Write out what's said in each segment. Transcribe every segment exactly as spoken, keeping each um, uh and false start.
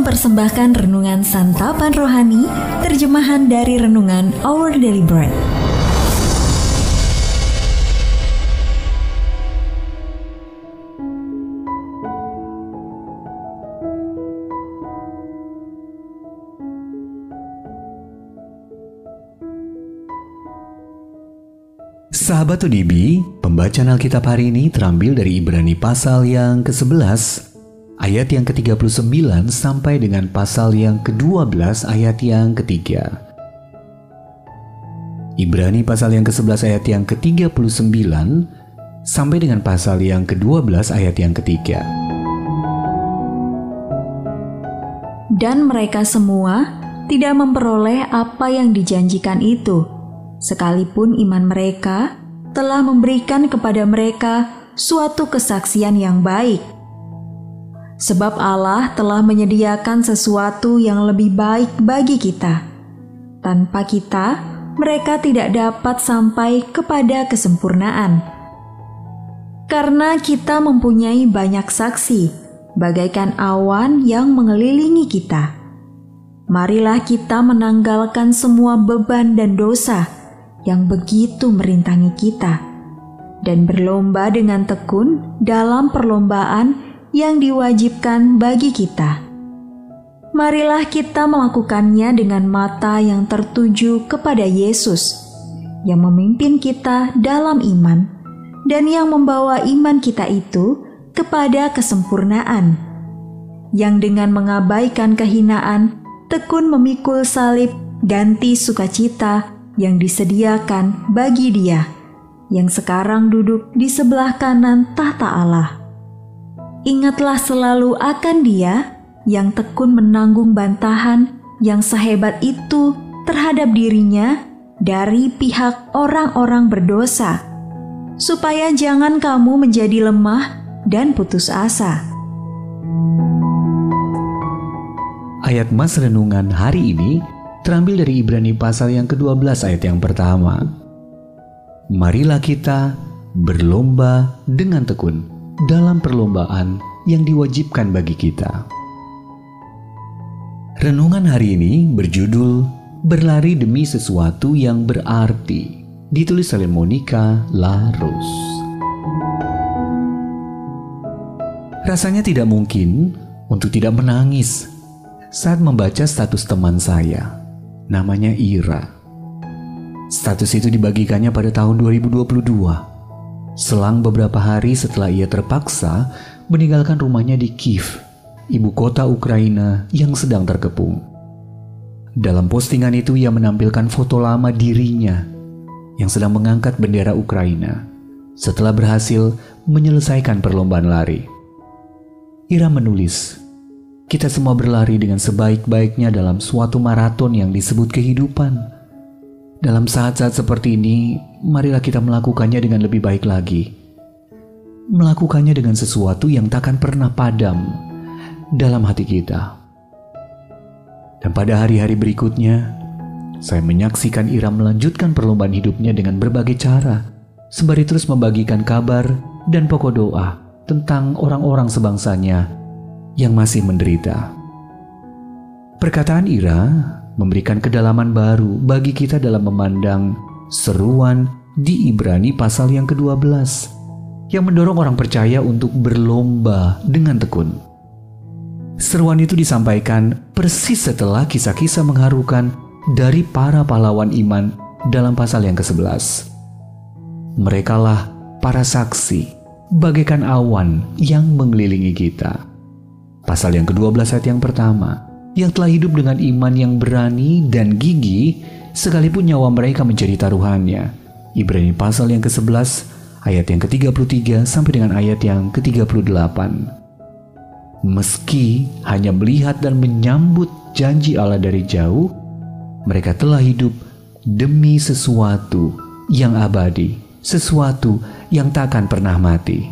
mempersembahkan renungan santapan rohani, terjemahan dari renungan Our Daily Bread. Sahabat O D B, pembacaan Alkitab hari ini terambil dari Ibrani pasal yang kesebelas, ayat yang ke tiga puluh sembilan sampai dengan pasal yang kedua belas ayat yang ketiga. Ibrani pasal yang kesebelas ayat yang ke tiga puluh sembilan sampai dengan pasal yang kedua belas ayat yang ketiga. Dan mereka semua tidak memperoleh apa yang dijanjikan itu, sekalipun iman mereka telah memberikan kepada mereka suatu kesaksian yang baik. Sebab Allah telah menyediakan sesuatu yang lebih baik bagi kita. Tanpa kita, mereka tidak dapat sampai kepada kesempurnaan. Karena kita mempunyai banyak saksi, bagaikan awan yang mengelilingi kita. Marilah kita menanggalkan semua beban dan dosa yang begitu merintangi kita, dan berlomba dengan tekun dalam perlombaan yang diwajibkan bagi kita. Marilah kita melakukannya dengan mata yang tertuju kepada Yesus, yang memimpin kita dalam iman, dan yang membawa iman kita itu kepada kesempurnaan, yang dengan mengabaikan kehinaan, tekun memikul salib, ganti sukacita yang disediakan bagi Dia, yang sekarang duduk di sebelah kanan tahta Allah. Ingatlah selalu akan Dia yang tekun menanggung bantahan yang sehebat itu terhadap dirinya dari pihak orang-orang berdosa, supaya jangan kamu menjadi lemah dan putus asa. Ayat Mas Renungan hari ini terambil dari Ibrani pasal yang kedua belas ayat yang pertama. Marilah kita berlomba dengan tekun dalam perlombaan yang diwajibkan bagi kita. Renungan hari ini berjudul Berlari Demi Sesuatu yang Berarti, ditulis oleh Monica Larus. Rasanya tidak mungkin untuk tidak menangis saat membaca status teman saya. Namanya Ira. Status itu dibagikannya pada tahun dua ribu dua puluh dua. Selang beberapa hari setelah ia terpaksa meninggalkan rumahnya di Kiev, ibu kota Ukraina yang sedang terkepung. Dalam postingan itu ia menampilkan foto lama dirinya yang sedang mengangkat bendera Ukraina setelah berhasil menyelesaikan perlombaan lari. Ira menulis, "Kita semua berlari dengan sebaik-baiknya dalam suatu maraton yang disebut kehidupan. Dalam saat-saat seperti ini, marilah kita melakukannya dengan lebih baik lagi. Melakukannya dengan sesuatu yang takkan pernah padam dalam hati kita." Dan pada hari-hari berikutnya, saya menyaksikan Ira melanjutkan perlombaan hidupnya dengan berbagai cara, sembari terus membagikan kabar dan pokok doa tentang orang-orang sebangsanya yang masih menderita. Perkataan Ira memberikan kedalaman baru bagi kita dalam memandang seruan di Ibrani pasal yang kedua belas yang mendorong orang percaya untuk berlomba dengan tekun. Seruan itu disampaikan persis setelah kisah-kisah mengharukan dari para pahlawan iman dalam pasal yang kesebelas. Merekalah para saksi bagaikan awan yang mengelilingi kita. Pasal yang kedua belas ayat yang pertama, yang telah hidup dengan iman yang berani dan gigih sekalipun nyawa mereka menjadi taruhannya. Ibrani pasal yang kesebelas ayat yang ke tiga puluh tiga sampai dengan ayat yang ke tiga puluh delapan. Meski hanya melihat dan menyambut janji Allah dari jauh, mereka telah hidup demi sesuatu yang abadi, sesuatu yang takkan pernah mati.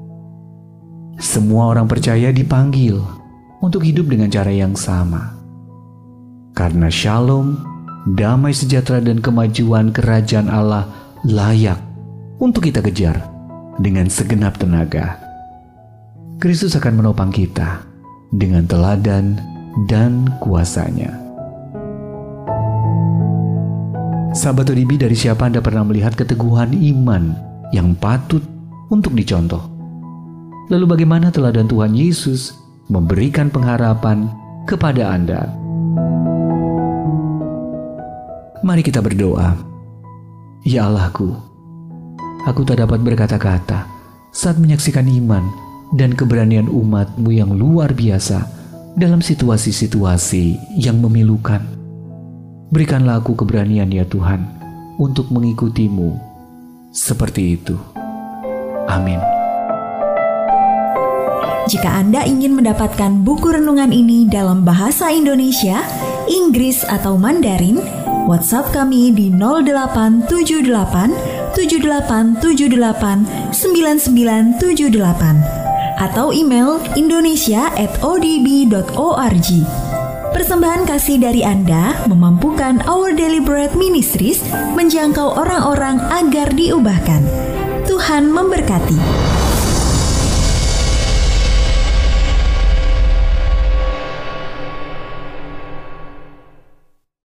Semua orang percaya dipanggil untuk hidup dengan cara yang sama. Karena shalom, damai sejahtera dan kemajuan kerajaan Allah layak untuk kita kejar dengan segenap tenaga. Kristus akan menopang kita dengan teladan dan kuasanya. Sahabat O D B, dari siapa Anda pernah melihat keteguhan iman yang patut untuk dicontoh? Lalu bagaimana teladan Tuhan Yesus memberikan pengharapan kepada Anda? Mari kita berdoa. Ya Allahku, aku tak dapat berkata-kata saat menyaksikan iman dan keberanian umat-Mu yang luar biasa dalam situasi-situasi yang memilukan. Berikanlah aku keberanian ya Tuhan untuk mengikuti-Mu seperti itu. Amin. Jika Anda ingin mendapatkan buku renungan ini dalam bahasa Indonesia, Inggris atau Mandarin, WhatsApp kami di nol delapan tujuh delapan tujuh delapan tujuh delapan sembilan sembilan tujuh delapan atau email indonesia at o d b dot org. Persembahan kasih dari Anda memampukan Our Daily Bread Ministries menjangkau orang-orang agar diubahkan. Tuhan memberkati.